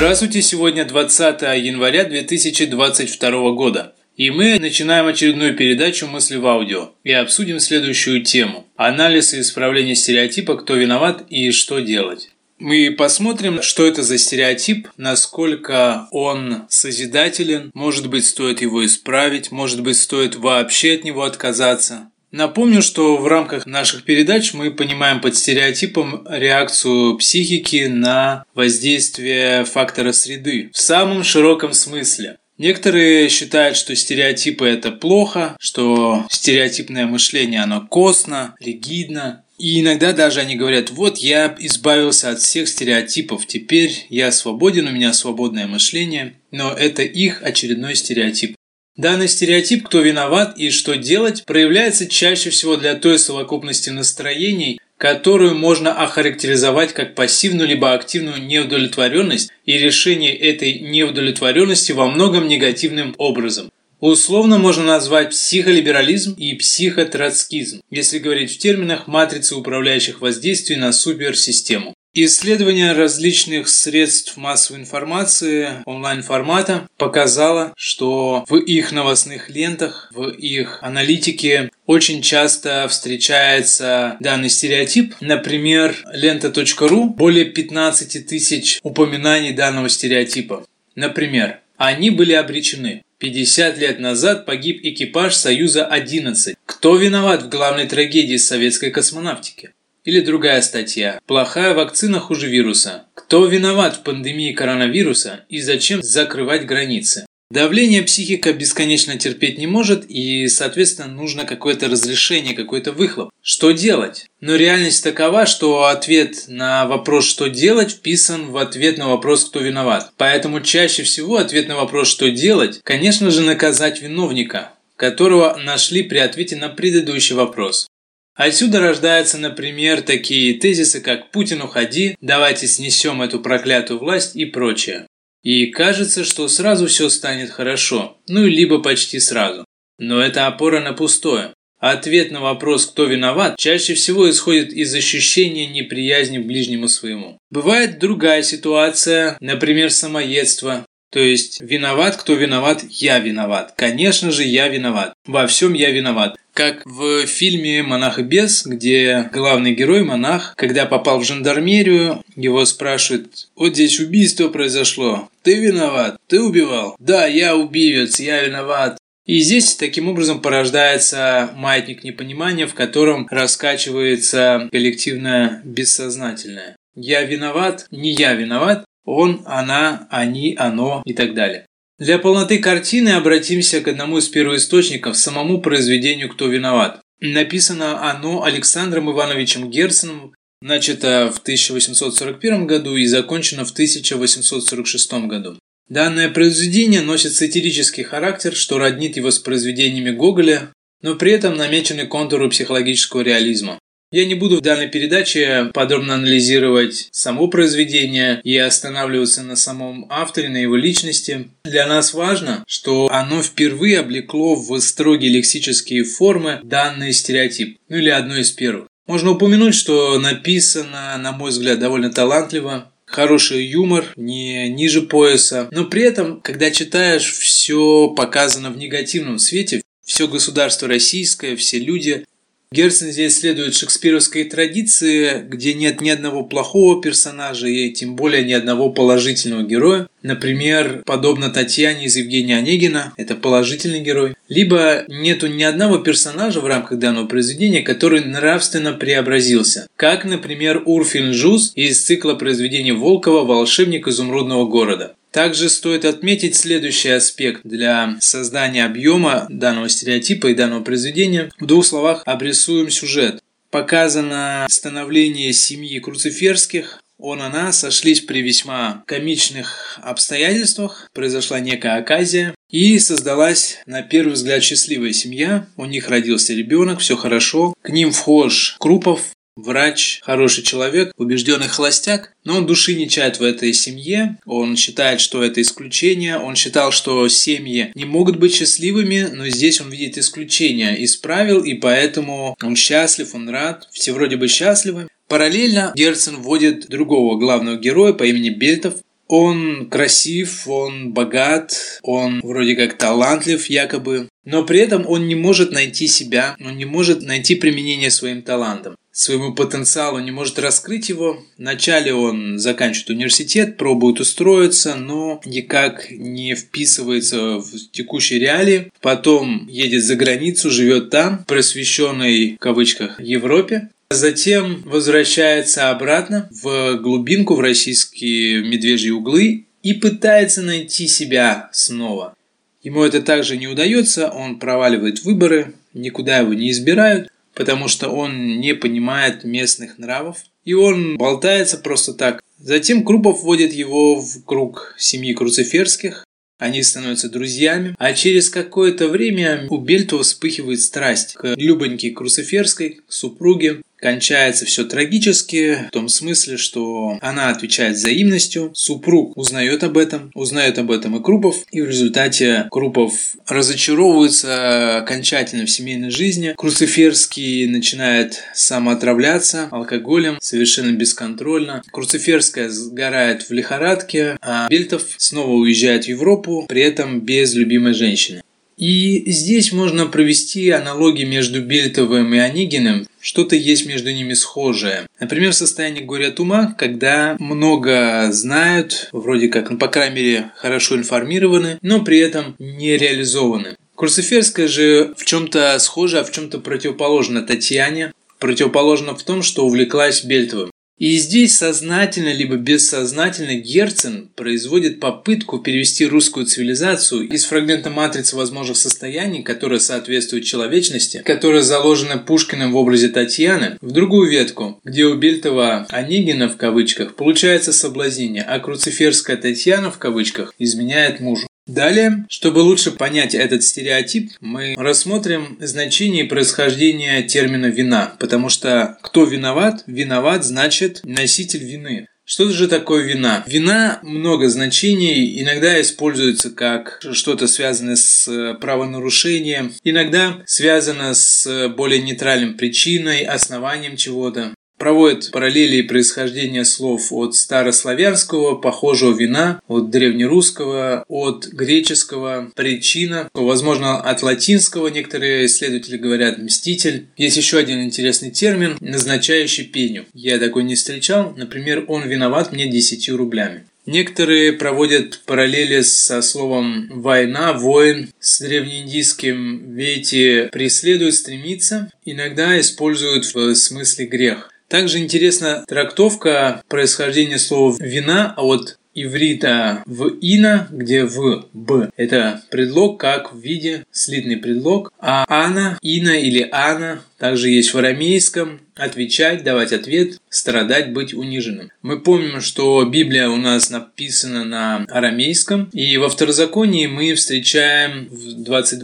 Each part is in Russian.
Здравствуйте, сегодня 20 января 2022 года. И мы начинаем очередную передачу «Мысли в аудио» и обсудим следующую тему. Анализ и исправление стереотипа «Кто виноват и что делать?». Мы посмотрим, что это за стереотип, насколько он созидателен, может быть, стоит его исправить, может быть, стоит вообще от него отказаться. Напомню, что в рамках наших передач мы понимаем под стереотипом реакцию психики на воздействие фактора среды в самом широком смысле. Некоторые считают, что стереотипы – это плохо, что стереотипное мышление, оно костно, ригидно. И иногда даже они говорят: вот я избавился от всех стереотипов, теперь я свободен, у меня свободное мышление. Но это их очередной стереотип. Данный стереотип «Кто виноват и что делать» проявляется чаще всего для той совокупности настроений, которую можно охарактеризовать как пассивную либо активную неудовлетворенность и решение этой неудовлетворенности во многом негативным образом. Условно можно назвать психолиберализм и психотроцкизм, если говорить в терминах матрицы управляющих воздействий на суперсистему. Исследование различных средств массовой информации онлайн-формата показало, что в их новостных лентах, в их аналитике очень часто встречается данный стереотип. Например, лента.ру более 15 тысяч упоминаний данного стереотипа. Например, они были обречены. 50 лет назад погиб экипаж Союза-11. Кто виноват в главной трагедии советской космонавтики? Или другая статья. Плохая вакцина хуже вируса. Кто виноват в пандемии коронавируса и зачем закрывать границы? Давление психика бесконечно терпеть не может, и, соответственно, нужно какое-то разрешение, какой-то выхлоп. Что делать? Но реальность такова, что ответ на вопрос «что делать» вписан в ответ на вопрос «кто виноват?». Поэтому чаще всего ответ на вопрос «что делать?» конечно же наказать виновника, которого нашли при ответе на предыдущий вопрос. Отсюда рождаются, например, такие тезисы, как «Путин, уходи», «давайте снесем эту проклятую власть» и прочее. И кажется, что сразу все станет хорошо, либо почти сразу. Но это опора на пустое. Ответ на вопрос «кто виноват» чаще всего исходит из ощущения неприязни к ближнему своему. Бывает другая ситуация, например, самоедство. То есть виноват, кто виноват, я виноват. Конечно же, я виноват. Во всем я виноват. Как в фильме «Монах и бес», где главный герой, монах, когда попал в жандармерию, его спрашивают: вот здесь убийство произошло, ты виноват, ты убивал? Да, я убивец, я виноват. И здесь таким образом порождается маятник непонимания, в котором раскачивается коллективное бессознательное. Я виноват, не я виноват, он, она, они, оно и так далее. Для полноты картины обратимся к одному из первоисточников, самому произведению «Кто виноват». Написано оно Александром Ивановичем Герценом, начато в 1841 году и закончено в 1846 году. Данное произведение носит сатирический характер, что роднит его с произведениями Гоголя, но при этом намечены контуры психологического реализма. Я не буду в данной передаче подробно анализировать само произведение и останавливаться на самом авторе, на его личности. Для нас важно, что оно впервые облекло в строгие лексические формы данный стереотип, или одно из первых. Можно упомянуть, что написано, на мой взгляд, довольно талантливо. Хороший юмор, не ниже пояса. Но при этом, когда читаешь, все показано в негативном свете. Все государство российское, все люди. Герцен здесь следует шекспировской традиции, где нет ни одного плохого персонажа и тем более ни одного положительного героя. Например, подобно Татьяне из Евгения Онегина, это положительный герой. Либо нету ни одного персонажа в рамках данного произведения, который нравственно преобразился. Как, например, Урфин Джюс из цикла произведений Волкова «Волшебник изумрудного города». Также стоит отметить следующий аспект для создания объема данного стереотипа и данного произведения. В двух словах обрисуем сюжет. Показано становление семьи Круциферских. Он и она сошлись при весьма комичных обстоятельствах. Произошла некая оказия. И создалась на первый взгляд счастливая семья. У них родился ребенок, все хорошо. К ним вхож Крупов. Врач, хороший человек, убежденный холостяк, но он души не чает в этой семье, он считает, что это исключение, он считал, что семьи не могут быть счастливыми, но здесь он видит исключение из правил, и поэтому он счастлив, он рад, все вроде бы счастливы. Параллельно Герцен вводит другого главного героя по имени Бельтов. Он красив, он богат, он вроде как талантлив якобы, но при этом он не может найти себя, он не может найти применение своим талантам, своему потенциалу, не может раскрыть его. Вначале он заканчивает университет, пробует устроиться, но никак не вписывается в текущие реалии. Потом едет за границу, живет там, в просвещенной, в кавычках, Европе. Затем возвращается обратно в глубинку, в российские медвежьи углы и пытается найти себя снова. Ему это также не удается, он проваливает выборы, никуда его не избирают, потому что он не понимает местных нравов, и он болтается просто так. Затем Крупов вводит его в круг семьи Круциферских, они становятся друзьями, а через какое-то время у Бельтова вспыхивает страсть к Любоньке Круциферской, к супруге. Кончается все трагически, в том смысле, что она отвечает взаимностью, супруг узнает об этом и Крупов, и в результате Крупов разочаровывается окончательно в семейной жизни. Круциферский начинает самоотравляться алкоголем совершенно бесконтрольно. Круциферская сгорает в лихорадке, а Бельтов снова уезжает в Европу, при этом без любимой женщины. И здесь можно провести аналогии между Бельтовым и Онегиным. Что-то есть между ними схожее. Например, в состоянии горя от ума, когда много знают, вроде как, по крайней мере, хорошо информированы, но при этом не реализованы. Круциферская же в чем-то схожа, а в чем-то противоположна Татьяне. Противоположна в том, что увлеклась Бельтовым. И здесь сознательно либо бессознательно Герцен производит попытку перевести русскую цивилизацию из фрагмента матрицы возможных состояний, которая соответствует человечности, которая заложена Пушкиным в образе Татьяны, в другую ветку, где у Бельтова Онегина в кавычках получается соблазнение, а Круциферская Татьяна в кавычках изменяет мужу. Далее, чтобы лучше понять этот стереотип, мы рассмотрим значение и происхождение термина «вина», потому что кто виноват? Виноват значит носитель вины. Что же такое вина? Вина много значений, иногда используется как что-то связанное с правонарушением, иногда связано с более нейтральной причиной, основанием чего-то. Проводят параллели и происхождение слов от старославянского, похожего вина, от древнерусского, от греческого причина, возможно, от латинского некоторые исследователи говорят мститель. Есть еще один интересный термин, назначающий пеню. Я такой не встречал, например, он виноват мне 10 рублями. Некоторые проводят параллели со словом «война», «воин», с древнеиндийским «вети» преследует, стремится, иногда используют в смысле «грех». Также интересна трактовка происхождения слова «вина» от иврита в «ина», где в «б». Это предлог как в виде слитный предлог, а «ана», «ина» или «ана» также есть в арамейском «отвечать», «давать ответ», «страдать», «быть униженным». Мы помним, что Библия у нас написана на арамейском, и во Второзаконии мы встречаем в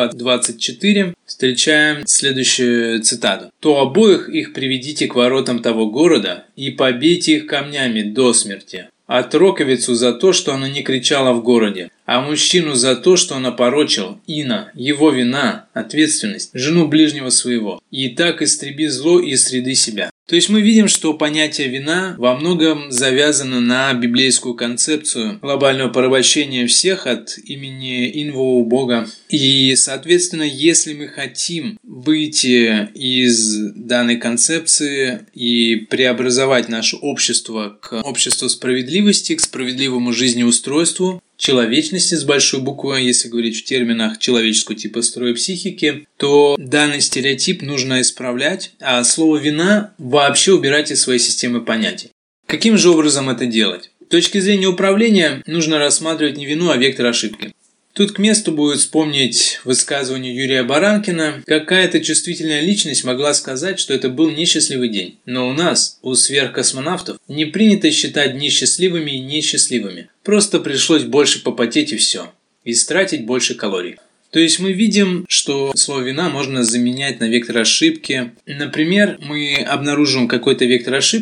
22-24 встречаем следующую цитату. «То обоих их приведите к воротам того города и побейте их камнями до смерти. Отроковицу за то, что она не кричала в городе, а мужчину за то, что он опорочил, ина, его вина, ответственность, жену ближнего своего, и так истреби зло из среды себя». То есть мы видим, что понятие вина во многом завязано на библейскую концепцию глобального порабощения всех от имени инвого Бога. И, соответственно, если мы хотим выйти из данной концепции и преобразовать наше общество к обществу справедливости, к справедливому жизнеустройству, человечности с большой буквы, если говорить в терминах человеческого типа строя психики, то данный стереотип нужно исправлять, а слово «вина» вообще убирать из своей системы понятий. Каким же образом это делать? С точки зрения управления нужно рассматривать не вину, а вектор ошибки. Тут к месту будет вспомнить высказывание Юрия Баранкина. Какая-то чувствительная личность могла сказать, что это был несчастливый день. Но у нас, у сверхкосмонавтов, не принято считать дни счастливыми и несчастливыми. Просто пришлось больше попотеть и все. И стратить больше калорий. То есть мы видим, что слово «вина» можно заменять на вектор ошибки. Например, мы обнаружим какой-то вектор ошибки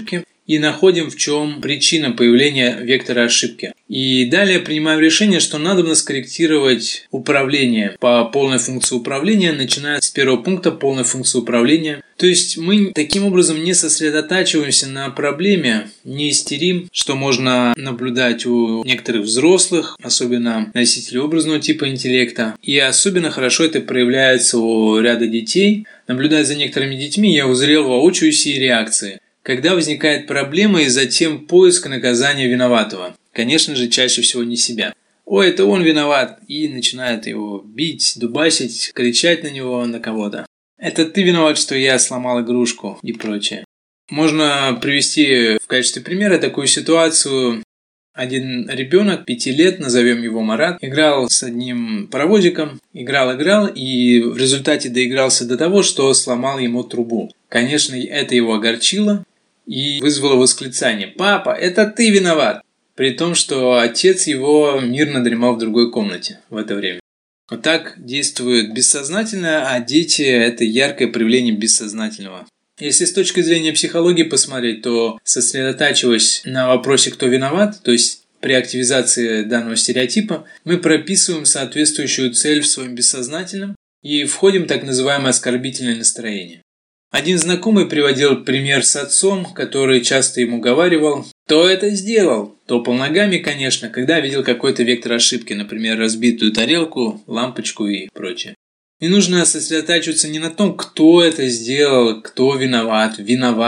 и находим, в чем причина появления вектора ошибки. И далее принимаем решение, что надо скорректировать управление по полной функции управления, начиная с первого пункта полной функции управления. То есть мы таким образом не сосредотачиваемся на проблеме, не истерим, что можно наблюдать у некоторых взрослых, особенно носителей образного типа интеллекта. И особенно хорошо это проявляется у ряда детей. Наблюдая за некоторыми детьми, я узрел воочию сии реакции. Когда возникает проблема и затем поиск наказания виноватого. Конечно же, чаще всего не себя. «Ой, это он виноват!» И начинает его бить, дубасить, кричать на него, на кого-то. «Это ты виноват, что я сломал игрушку» и прочее. Можно привести в качестве примера такую ситуацию. Один ребенок 5 лет, назовем его Марат, играл с одним паровозиком, играл, и в результате доигрался до того, что сломал ему трубу. Конечно, это его огорчило и вызвало восклицание: «Папа, это ты виноват!» При том, что отец его мирно дремал в другой комнате в это время. Вот так действует бессознательное, а дети – это яркое проявление бессознательного. Если с точки зрения психологии посмотреть, то сосредотачиваясь на вопросе «кто виноват?», то есть при активизации данного стереотипа, мы прописываем соответствующую цель в своем бессознательном и входим в так называемое оскорбительное настроение. Один знакомый приводил пример с отцом, который часто ему говаривал: «Кто это сделал?» Топал ногами, конечно, когда видел какой-то вектор ошибки, например, разбитую тарелку, лампочку и прочее. Не нужно сосредотачиваться не на том, кто это сделал, кто виноват,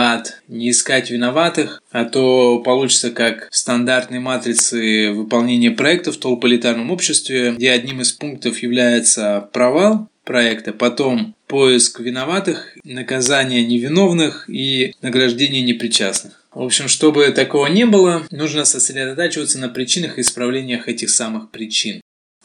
не искать виноватых, а то получится как в стандартной матрице выполнения проекта в толполитарном обществе, где одним из пунктов является провал проекта, потом поиск виноватых, наказание невиновных и награждение непричастных. В общем, чтобы такого не было, нужно сосредотачиваться на причинах и исправлениях этих самых причин.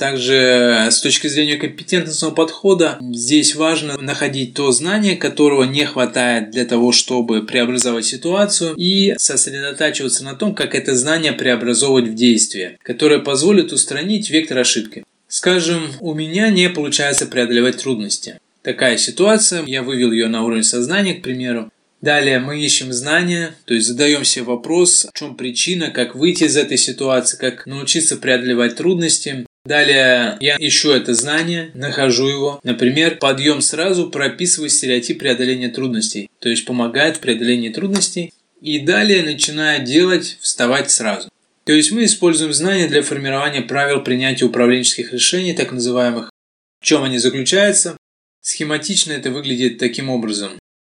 Также с точки зрения компетентностного подхода, здесь важно находить то знание, которого не хватает для того, чтобы преобразовать ситуацию, и сосредотачиваться на том, как это знание преобразовывать в действие, которое позволит устранить вектор ошибки. Скажем, у меня не получается преодолевать трудности. Такая ситуация, я вывел ее на уровень сознания, к примеру. Далее мы ищем знания, то есть задаем себе вопрос, в чем причина, как выйти из этой ситуации, как научиться преодолевать трудности. Далее я ищу это знание, нахожу его. Например, подъем сразу прописывает стереотип преодоления трудностей, то есть помогает в преодолении трудностей. И далее начинаю делать, вставать сразу. То есть мы используем знания для формирования правил принятия управленческих решений, так называемых. В чем они заключаются? Схематично это выглядит таким образом.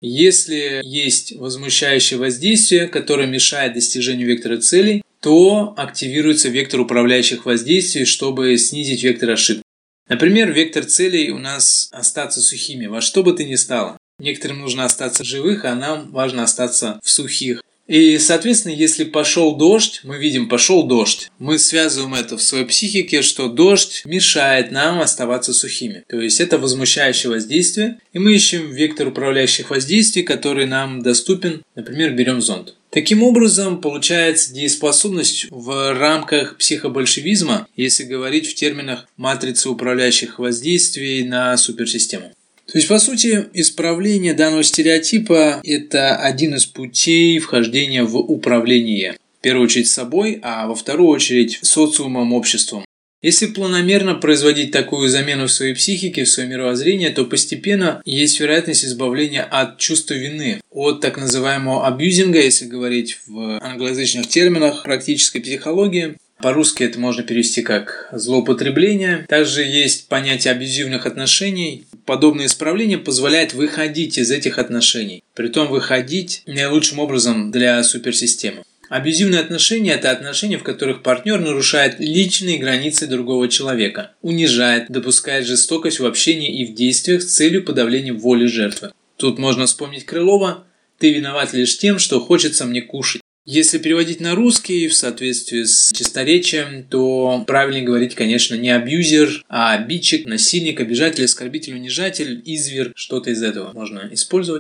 Если есть возмущающее воздействие, которое мешает достижению вектора целей, то активируется вектор управляющих воздействий, чтобы снизить вектор ошибки. Например, вектор целей у нас остаться сухими, во что бы то ни стало. Некоторым нужно остаться в живых, а нам важно остаться в сухих. И, соответственно, если пошел дождь, мы видим, пошел дождь. Мы связываем это в своей психике, что дождь мешает нам оставаться сухими. То есть это возмущающее воздействие. И мы ищем вектор управляющих воздействий, который нам доступен. Например, берем зонт. Таким образом, получается дееспособность в рамках психобольшевизма, если говорить в терминах матрицы управляющих воздействий на суперсистему. То есть, по сути, исправление данного стереотипа – это один из путей вхождения в управление. В первую очередь собой, а во вторую очередь социумом, обществом. Если планомерно производить такую замену в своей психике, в свое мировоззрение, то постепенно есть вероятность избавления от чувства вины, от так называемого абьюзинга, если говорить в англоязычных терминах практической психологии. По-русски это можно перевести как злоупотребление. Также есть понятие абьюзивных отношений. Подобное исправление позволяет выходить из этих отношений. Притом выходить наилучшим образом для суперсистемы. Абьюзивные отношения – это отношения, в которых партнер нарушает личные границы другого человека, унижает, допускает жестокость в общении и в действиях с целью подавления воли жертвы. Тут можно вспомнить Крылова: «Ты виноват лишь тем, что хочется мне кушать». Если переводить на русский в соответствии с чисторечием, то правильнее говорить, конечно, не абьюзер, а обидчик, насильник, обижатель, оскорбитель, унижатель, изверг, что-то из этого можно использовать.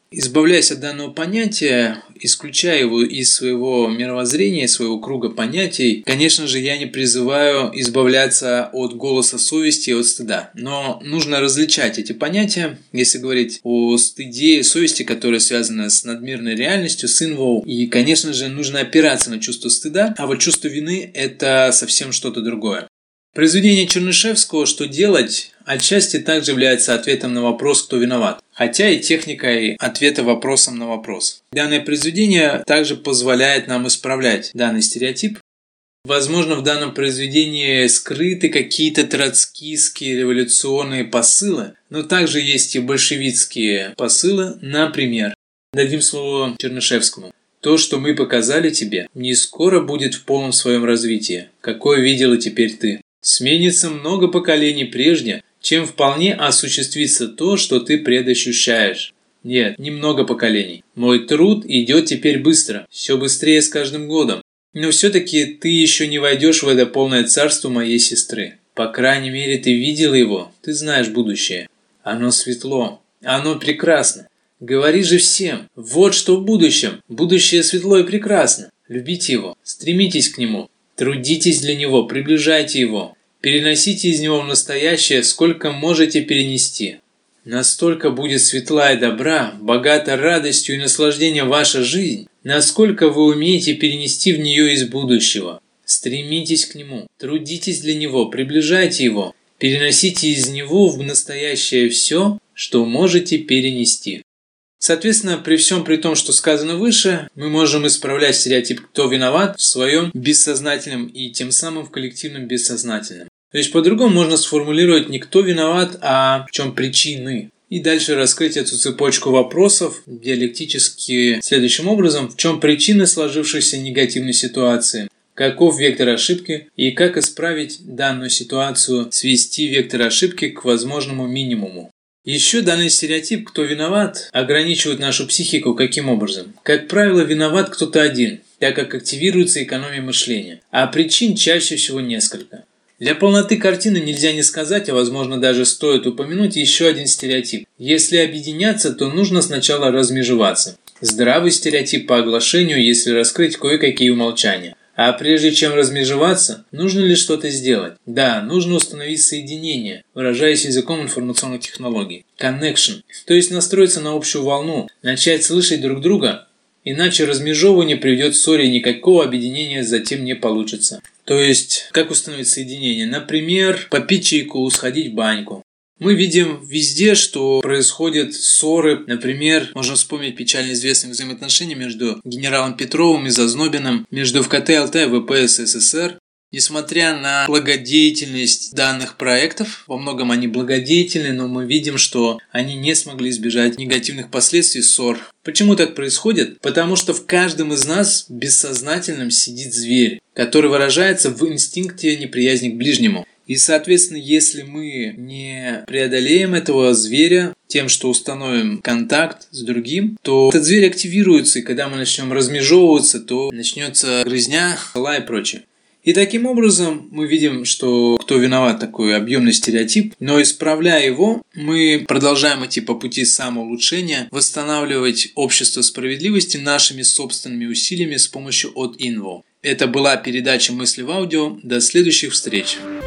Избавляясь от данного понятия, исключая его из своего мировоззрения, своего круга понятий, конечно же, я не призываю избавляться от голоса совести и от стыда. Но нужно различать эти понятия, если говорить о стыде и совести, которые связаны с надмирной реальностью, с инвоу. И, конечно же, нужно опираться на чувство стыда, а вот чувство вины – это совсем что-то другое. Произведение Чернышевского «Что делать?» отчасти также является ответом на вопрос «Кто виноват?», хотя и техникой ответа вопросом на вопрос. Данное произведение также позволяет нам исправлять данный стереотип. Возможно, в данном произведении скрыты какие-то троцкистские революционные посылы, но также есть и большевистские посылы. Например, дадим слово Чернышевскому. «То, что мы показали тебе, не скоро будет в полном своем развитии, какое видела теперь ты. Сменится много поколений прежде, чем вполне осуществится то, что ты предощущаешь. Нет, немного поколений. Мой труд идет теперь быстро, все быстрее с каждым годом. Но все-таки ты еще не войдешь в это полное царство моей сестры. По крайней мере, ты видела его, ты знаешь будущее. Оно светло, оно прекрасно. Говори же всем, вот что в будущем. Будущее светло и прекрасно. Любите его, стремитесь к нему. Трудитесь для него, приближайте его. Переносите из него в настоящее, сколько можете перенести. Настолько будет светла и добра, богата радостью и наслаждением ваша жизнь, насколько вы умеете перенести в нее из будущего. Стремитесь к нему, трудитесь для него, приближайте его. Переносите из него в настоящее все, что можете перенести. Соответственно, при всем при том, что сказано выше, мы можем исправлять стереотип «кто виноват» в своем бессознательном и тем самым в коллективном бессознательном. То есть по-другому можно сформулировать не «кто виноват», а «в чем причины». И дальше раскрыть эту цепочку вопросов диалектически следующим образом: в чем причины сложившейся негативной ситуации, каков вектор ошибки и как исправить данную ситуацию, свести вектор ошибки к возможному минимуму. Еще данный стереотип «кто виноват» ограничивает нашу психику каким образом? Как правило, виноват кто-то один, так как активируется экономия мышления, а причин чаще всего несколько. Для полноты картины нельзя не сказать, а возможно даже стоит упомянуть еще один стереотип. Если объединяться, то нужно сначала размежеваться. Здравый стереотип по оглашению, если раскрыть кое-какие умолчания. А прежде чем размежеваться, нужно ли что-то сделать? Да, нужно установить соединение, выражаясь языком информационных технологий. Connection, то есть настроиться на общую волну, начать слышать друг друга, иначе размежевывание приведет к ссоре, и никакого объединения затем не получится. То есть, как установить соединение? Например, попить чайку, сходить в баньку. Мы видим везде, что происходят ссоры. Например, можем вспомнить печально известные взаимоотношения между генералом Петровым и Зазнобиным, между ФКТ Алтай и ВПС СССР. Несмотря на благодетельность данных проектов, во многом они благодетельны, но мы видим, что они не смогли избежать негативных последствий ссор. Почему так происходит? Потому что в каждом из нас бессознательном сидит зверь, который выражается в инстинкте неприязни к ближнему. И, соответственно, если мы не преодолеем этого зверя тем, что установим контакт с другим, то этот зверь активируется, и когда мы начнем размежевываться, то начнется грызня, лай и прочее. И таким образом мы видим, что кто виноват, такой объемный стереотип, но исправляя его, мы продолжаем идти по пути самоулучшения, восстанавливать общество справедливости нашими собственными усилиями с помощью от Инво. Это была передача «Мысли в аудио». До следующих встреч!